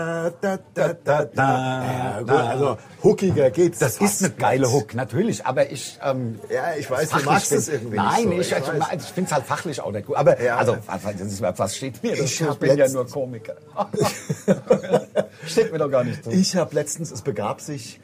also hookiger geht's. Das ist eine geile Hook, natürlich, aber ich... ich weiß, du magst es irgendwie nein, nicht so. ich finde es halt fachlich auch nicht gut. Aber, was steht mir? Ich bin ja nur Komiker. Steht mir doch gar nicht so. Ich habe letztens, es begab sich,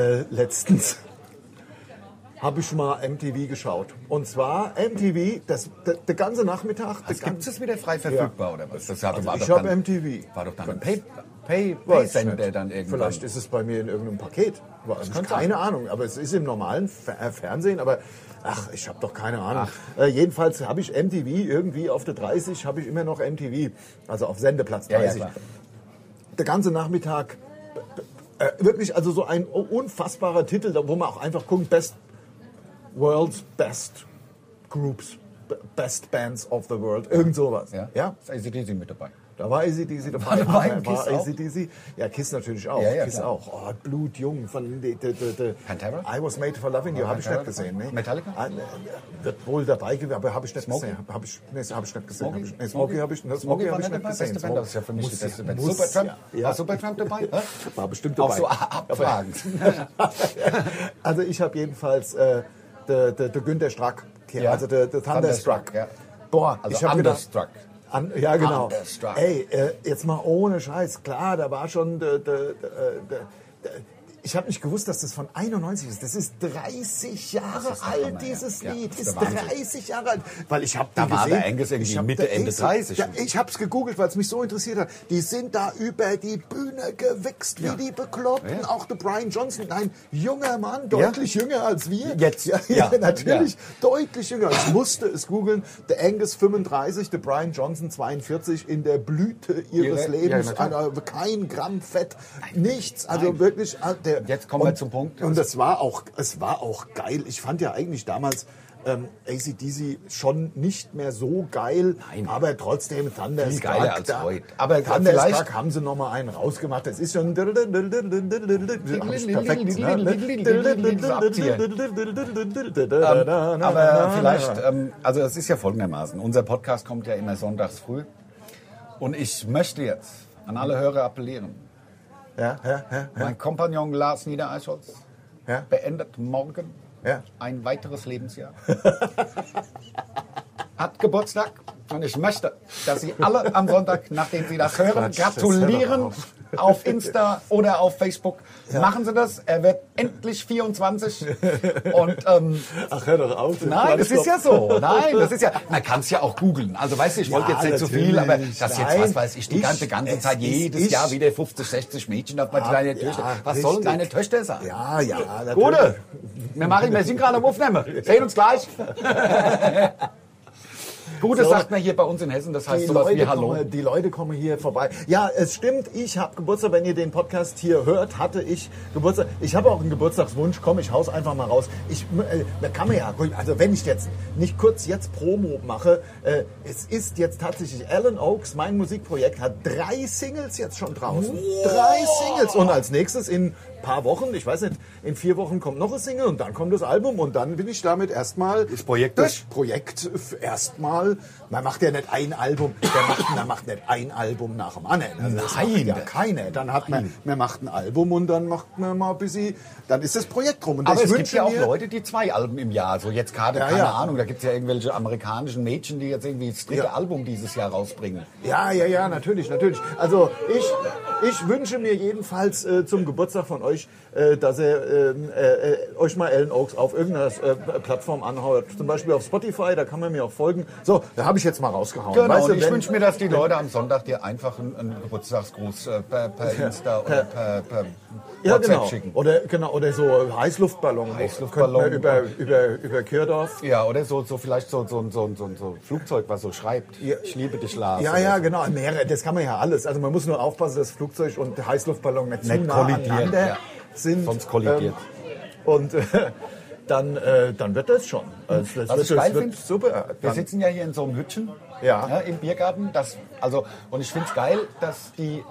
habe ich mal MTV geschaut. Und zwar MTV, der ganze Nachmittag. Gibt es wieder frei verfügbar oder was? Ich habe MTV. War doch dann ein Pay-Sender dann irgendwann. Vielleicht ist es bei mir in irgendeinem Paket. Also keine Ahnung, aber es ist im normalen Fernsehen. Aber ich habe doch keine Ahnung. Jedenfalls habe ich MTV irgendwie auf der 30, habe ich immer noch MTV. Also auf Sendeplatz 30. Ja, der ganze Nachmittag. Wirklich, also so ein unfassbarer Titel, wo man auch einfach guckt, World's Best Groups, Best Bands of the World, irgend sowas. Ja? Ist AC/DC mit dabei? Da war AC/DC dabei. War AC/DC. Ja, Kiss natürlich auch. Ja, Kiss auch. Oh, blutjung von Pantera? I Was Made for Loving You, habe ich nicht gesehen. Ne? Metallica? Wird wohl dabei gewesen, aber habe ich nicht gesehen. Habe ich nicht gesehen. Smokey habe ich nicht gesehen. Das ist ja für mich die beste Band. Supertramp? War Supertramp dabei? War bestimmt dabei. Auch so abfragend. Also ich habe jedenfalls der Günter Strack, also der Thunderstruck. Ja. Boah, also ich habe gedacht... Ja, genau. Thunderstruck. Ey, jetzt mal ohne Scheiß. Klar, da war schon... Ich habe nicht gewusst, dass das von 91 ist. Das ist 30 Jahre alt, dieses Lied. Das ist 30 Jahre alt. Weil ich habe da war der Angus irgendwie Mitte, Ende 30. Ja, ich habe es gegoogelt, weil es mich so interessiert hat. Die sind da über die Bühne gewichst, wie die Bekloppten. Ja. Auch der Brian Johnson, ein junger Mann, deutlich jünger als wir. Jetzt. Ja, natürlich, deutlich jünger. Ich musste es googeln. Der Angus 35, der Brian Johnson 42, in der Blüte ihres Lebens. Kein Gramm Fett, nichts. Also wirklich... Jetzt kommen wir zum Punkt. Und es war auch geil. Ich fand ja eigentlich damals AC/DC schon nicht mehr so geil, aber trotzdem Thunderstruck. Viel geiler als heute. Aber Thunderstruck haben sie noch mal einen rausgemacht. Das ist schon perfekt. Aber vielleicht, also es ist ja folgendermaßen. Unser Podcast kommt ja immer sonntags früh. Und ich möchte jetzt an alle Hörer appellieren. Mein Kompagnon Lars Niedereischholz beendet morgen ein weiteres Lebensjahr. Hat Geburtstag und ich möchte, dass Sie alle am Sonntag, nachdem Sie das hören, gratulieren auf Insta oder auf Facebook. Machen Sie das, er wird endlich 24 und ach, hör doch auf. Nein, das ist ja so. Nein, das ist ja, man kann es ja auch googeln. Also weißt du, ich wollte jetzt nicht zu viel, aber das jetzt, was weiß ich, die ganze Zeit, jedes Jahr wieder 50, 60 Mädchen auf meine Töchter. Was sollen deine Töchter sagen? Ja, natürlich. Gute, wir sind gerade am Aufnehmen. Sehen uns gleich. Gute sagt man hier bei uns in Hessen, das heißt sowas wie Hallo. Die Leute kommen hier vorbei. Ja, es stimmt, ich habe Geburtstag. Wenn ihr den Podcast hier hört, hatte ich Geburtstag. Ich habe auch einen Geburtstagswunsch. Komm, ich hau's einfach mal raus. Kann man ja, also wenn ich jetzt nicht kurz jetzt Promo mache, es ist jetzt tatsächlich Alan Oaks, mein Musikprojekt, hat 3 Singles jetzt schon draußen. 3 Singles. Und als nächstes in paar Wochen, ich weiß nicht, in 4 Wochen kommt noch ein Single und dann kommt das Album und dann bin ich damit erstmal das Projekt erstmal, man macht ja nicht ein Album, man macht nicht ein Album nach dem anderen. Also das macht ja keiner. Dann hat man macht ein Album und dann macht man mal ein bisschen, dann ist das Projekt rum. Und aber es gibt ja auch Leute, die 2 Alben im Jahr, so jetzt gerade, keine Ahnung, da gibt es ja irgendwelche amerikanischen Mädchen, die jetzt irgendwie das 3. Album dieses Jahr rausbringen. Ja, natürlich. Also ich wünsche mir jedenfalls zum Geburtstag von euch euch, dass ihr euch mal Ellen Oaks auf irgendeiner Plattform anhaut. Zum Beispiel auf Spotify, da kann man mir auch folgen. So, da habe ich jetzt mal rausgehauen. Genau, Weißt du, und ich wünsche mir, dass die Leute am Sonntag dir einfach einen Geburtstagsgruß per Insta oder per ja, WhatsApp schicken. Oder so Heißluftballon. Heißluftballon. Über Kirdorf. Ja, oder so vielleicht so ein Flugzeug, was so schreibt. Ja. Ich liebe dich, Lars. Ja, genau. Mehrere, das kann man ja alles. Also man muss nur aufpassen, dass Flugzeug und Heißluftballon nicht zu nah aneinander sind. Sonst kollidiert. Und dann wird das schon. Was ich geil finde, super. Wir sitzen ja hier in so einem Hütchen im Biergarten. Und ich finde es geil, dass die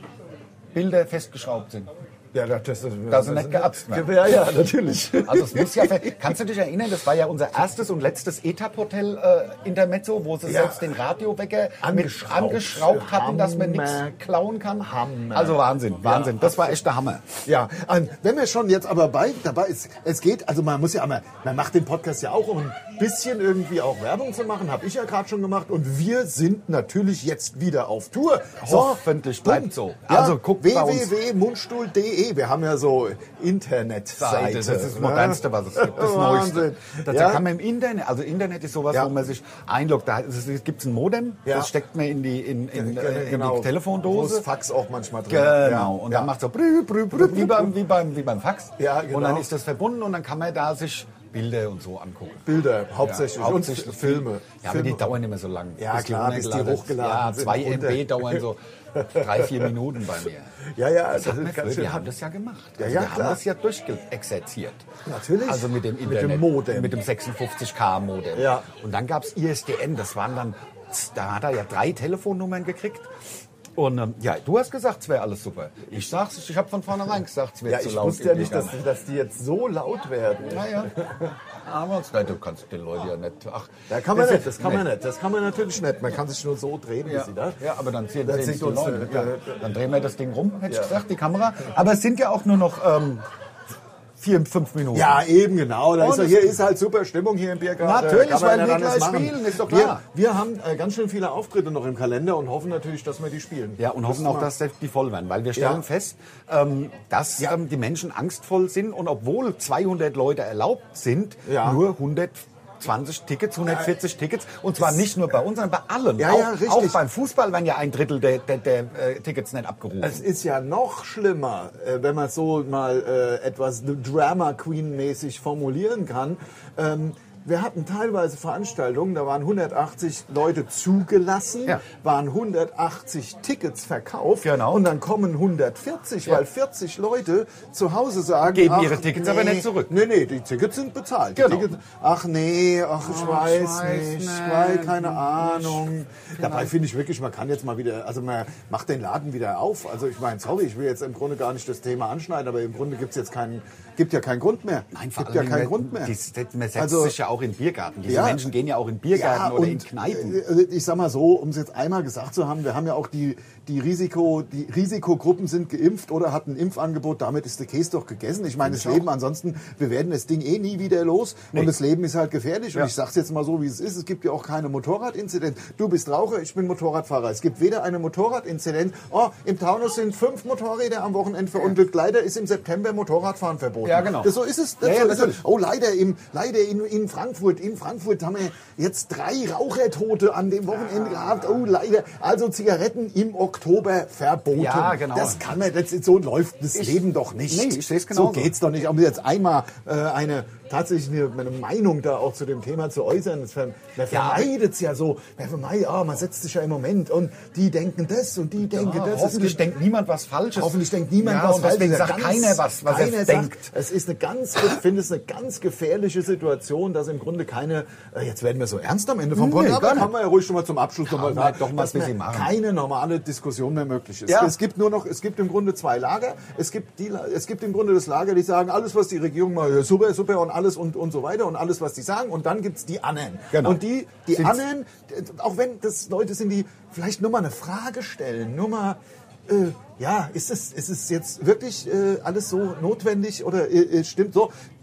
Bilder festgeschraubt sind. Ja, das sie nicht geapst werden. Ja, natürlich. Also es muss ja. Kannst du dich erinnern, das war ja unser erstes und letztes Etap-Hotel Intermezzo, wo sie selbst den Radiowecker angeschraubt hatten, dass man nichts klauen kann. Hammer. Also Wahnsinn. Das war echt der Hammer. Ja, wenn wir schon jetzt aber dabei ist, es geht, also man macht den Podcast ja auch, um ein bisschen irgendwie auch Werbung zu machen, habe ich ja gerade schon gemacht, und wir sind natürlich jetzt wieder auf Tour. Hoffentlich bleibt so. Ja, also guckt bei uns. www.mundstuhl.de. Wir haben ja so Internetseite. Das ist das Modernste, was es gibt. Das Neueste. Da kann man im Internet, also Internet ist sowas, wo man sich einloggt. Da gibt es ein Modem, das steckt man in die Telefondose. Wo das Fax auch manchmal drin. Genau. Und dann macht so wie beim Fax. Ja, genau. Und dann ist das verbunden und dann kann man da sich Bilder und so angucken. Bilder, hauptsächlich. Und Filme. Ja, aber die dauern immer so lang. Ja, klar, bis die hochgeladen sind. 2 MB dauern so 3-4 Minuten bei mir. Ja, wir haben das ja gemacht. Ja, wir haben klar. das ja durchexerziert. Natürlich. Also mit dem Internet. Mit dem Modem. Mit dem 56K-Modem. Ja. Und dann gab es ISDN. Da hat er ja 3 Telefonnummern gekriegt. Und du hast gesagt, es wäre alles super. Ich habe von vornherein gesagt, es wäre zu laut. Ich wusste ja nicht, dass die jetzt so laut werden. Naja. Aber du kannst den Leuten ja nicht. Ach, das kann man nicht. Das kann man natürlich nicht. Man kann sich nur so drehen, wie sie da. Ja, aber dann sehen die Leute. Dann drehen wir das Ding rum, hätte ich gesagt, die Kamera. Aber es sind ja auch nur noch 4-5 Minuten. Ja, eben genau. Hier ist halt super Stimmung hier im Biergarten. Natürlich, weil wir gleich spielen, ist doch klar. Wir haben ganz schön viele Auftritte noch im Kalender und hoffen natürlich, dass wir die spielen. Ja, und hoffen auch, dass die voll werden. Weil wir stellen fest, dass die Menschen angstvoll sind und obwohl 200 Leute erlaubt sind, nur 120 Tickets, 140 Tickets. Und zwar nicht nur bei uns, sondern bei allen. Richtig. Auch beim Fußball werden ja 1/3 der Tickets nicht abgerufen. Es ist ja noch schlimmer, wenn man es so mal etwas Drama Queen-mäßig formulieren kann. Wir hatten teilweise Veranstaltungen, da waren 180 Leute zugelassen, waren 180 Tickets verkauft und dann kommen 140, weil 40 Leute zu Hause sagen, geben ihre Tickets aber nicht zurück. Nee, die Tickets sind bezahlt. Genau. Ich weiß nicht, keine Ahnung. Dabei finde ich wirklich, man kann jetzt mal wieder, also man macht den Laden wieder auf. Also ich meine, sorry, ich will jetzt im Grunde gar nicht das Thema anschneiden, aber im Grunde gibt ja keinen Grund mehr. Nein, vor gibt ja keinen Grund mehr. Man setzt sich ja auch in Biergarten. Diese Menschen gehen ja auch in Biergärten oder in Kneipen. Ich sag mal so, um es jetzt einmal gesagt zu haben, wir haben ja auch die Risikogruppen sind geimpft oder hatten ein Impfangebot, damit ist der Käse doch gegessen. Ich meine, das Leben ansonsten, wir werden das Ding nie wieder los und das Leben ist halt gefährlich. Und ich sag's jetzt mal so, wie es ist. Es gibt ja auch keine Motorradinzidenz. Du bist Raucher, ich bin Motorradfahrer. Es gibt weder eine Motorradinzidenz. Im Taunus sind 5 Motorräder am Wochenende verunglückt. Leider ist im September Motorradfahren verboten. Ja, genau. So ist es. Oh, leider in Frankfurt. In Frankfurt haben wir jetzt 3 Rauchertote an dem Wochenende gehabt. Oh, leider. Also Zigaretten im Oktober verboten. Ja, genau. Das kann man, so läuft das Leben doch nicht. Nee, ich sehe es genauso. So geht's doch nicht. Um jetzt einmal eine Meinung da auch zu dem Thema zu äußern. Man vermeidet es ja so. Man setzt sich ja im Moment und die denken das und die denken das. Hoffentlich denkt niemand was Falsches. Hoffentlich denkt niemand was Falsches. Deswegen sagt keiner was er denkt. Es ist ich finde es eine ganz gefährliche Situation, dass im Grunde jetzt werden wir so ernst am Ende vom Podcast, aber kann man ja ruhig schon mal zum Abschluss nochmal sagen, dass keine normale Diskussion mehr möglich ist. Ja. Es gibt im Grunde 2 Lager. Es gibt im Grunde das Lager, die sagen, alles, was die Regierung macht, ja, super und alles und so weiter und alles, was die sagen. Und dann gibt's die anderen. Genau. Und die anderen, auch wenn das Leute sind, die vielleicht nur mal eine Frage stellen, nur mal, ist es jetzt wirklich alles so notwendig oder stimmt so?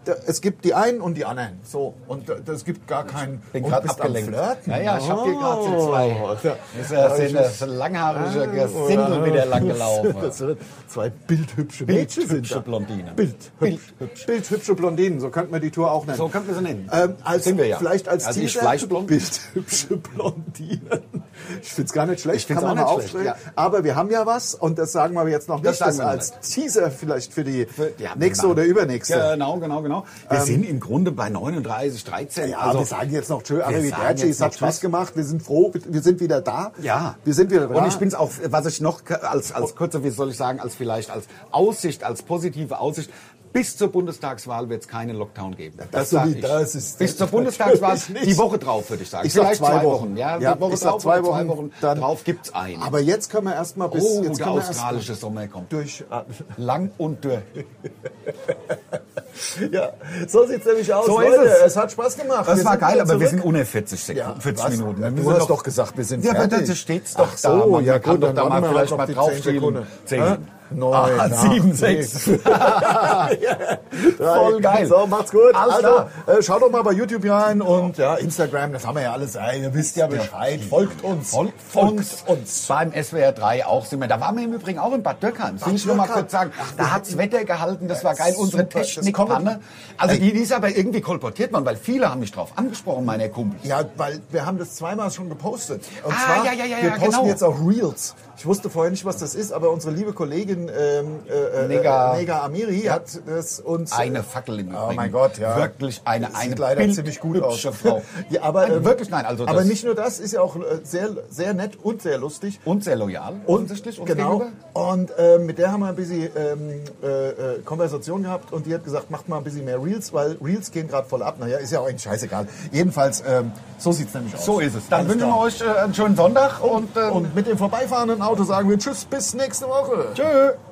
es gibt die einen und die anderen. So. Und es gibt gar keinen. Bin gerade abgelenkt. Ja, ich habe hier gerade so zwei. Das ist ein langhaariger Gesindel wieder lang gelaufen. Das sind zwei bildhübsche Mädchen. Bildhübsche Blondinen. Bildhübsche Blondinen, so könnten wir die Tour auch nennen. So könnten wir sie nennen. Sind wir ja. Vielleicht als also Teaser. Fleischblond. Bildhübsche Blondinen. Ich finde es gar nicht schlecht. Ich finde es auch nicht schlecht. Ja. Aber wir haben ja was und das sagen wir jetzt noch nicht. Das als Teaser vielleicht für die nächste oder übernächste. Genau. Wir sind im Grunde bei 39,13. Ja, also, wir sagen jetzt noch schön, Arrivederci, es hat Spaß gemacht, wir sind froh, wir sind wieder da. Ja. Wir sind wieder da. Und ich bin es auch, was ich noch als kurzer, wie soll ich sagen, als Aussicht, als positive Aussicht, bis zur Bundestagswahl wird es keinen Lockdown geben. Das ist bis zur Bundestagswahl, die Woche drauf, würde ich sagen. Vielleicht 2 Wochen. Ja, die Woche drauf, 2 Wochen dann drauf gibt es einen. Aber jetzt können wir erstmal bis... jetzt der australische Sommer kommt. Lang und dürr. Ja, so sieht es nämlich aus. So Leute, ist es hat Spaß gemacht. Das war geil, aber wir sind unter 40 Sekunden, 40 Minuten. Du hast doch gesagt, wir sind fertig. Ja, aber das steht's doch da. So, ja gut, dann mal vielleicht mal draufstehen. 10, 9, 7, 6. Voll geil. So, macht's gut. Also, schaut doch mal bei YouTube rein und ja, Instagram, das haben wir ja alles. Ihr wisst ja Bescheid. Folgt uns. Folgt uns. Beim SWR 3 auch sind wir. Da waren wir im Übrigen auch in Bad Dürkheim. Will ich nur mal kurz sagen. Da hat's Wetter gehalten, das war geil. Unsere Technikpanne. Also die ist aber irgendwie kolportiert worden, weil viele haben mich drauf angesprochen, meine Kumpels. Ja, weil wir haben das zweimal schon gepostet. Und zwar, wir posten jetzt auch Reels. Ich wusste vorher nicht, was das ist, aber unsere liebe Kollegin Nega Amiri hat das uns... Eine Fackel im Übrigen. Oh mein Gott, ja. Wirklich eine sieht leider ziemlich gut aus. Frau. Ja, aber, nein, wirklich, nein. Also aber nicht nur das, ist ja auch sehr, sehr nett und sehr lustig. Und sehr loyal, offensichtlich. Genau. Gegenüber. Und mit der haben wir ein bisschen Konversation gehabt und die hat gesagt, macht mal ein bisschen mehr Reels, weil Reels gehen gerade voll ab. Naja, ist ja auch eigentlich scheißegal. Jedenfalls, so sieht es nämlich aus. So ist es. Dann wünschen wir euch einen schönen Sonntag und mit dem vorbeifahrenden Auto sagen wir Tschüss, bis nächste Woche. Tschö.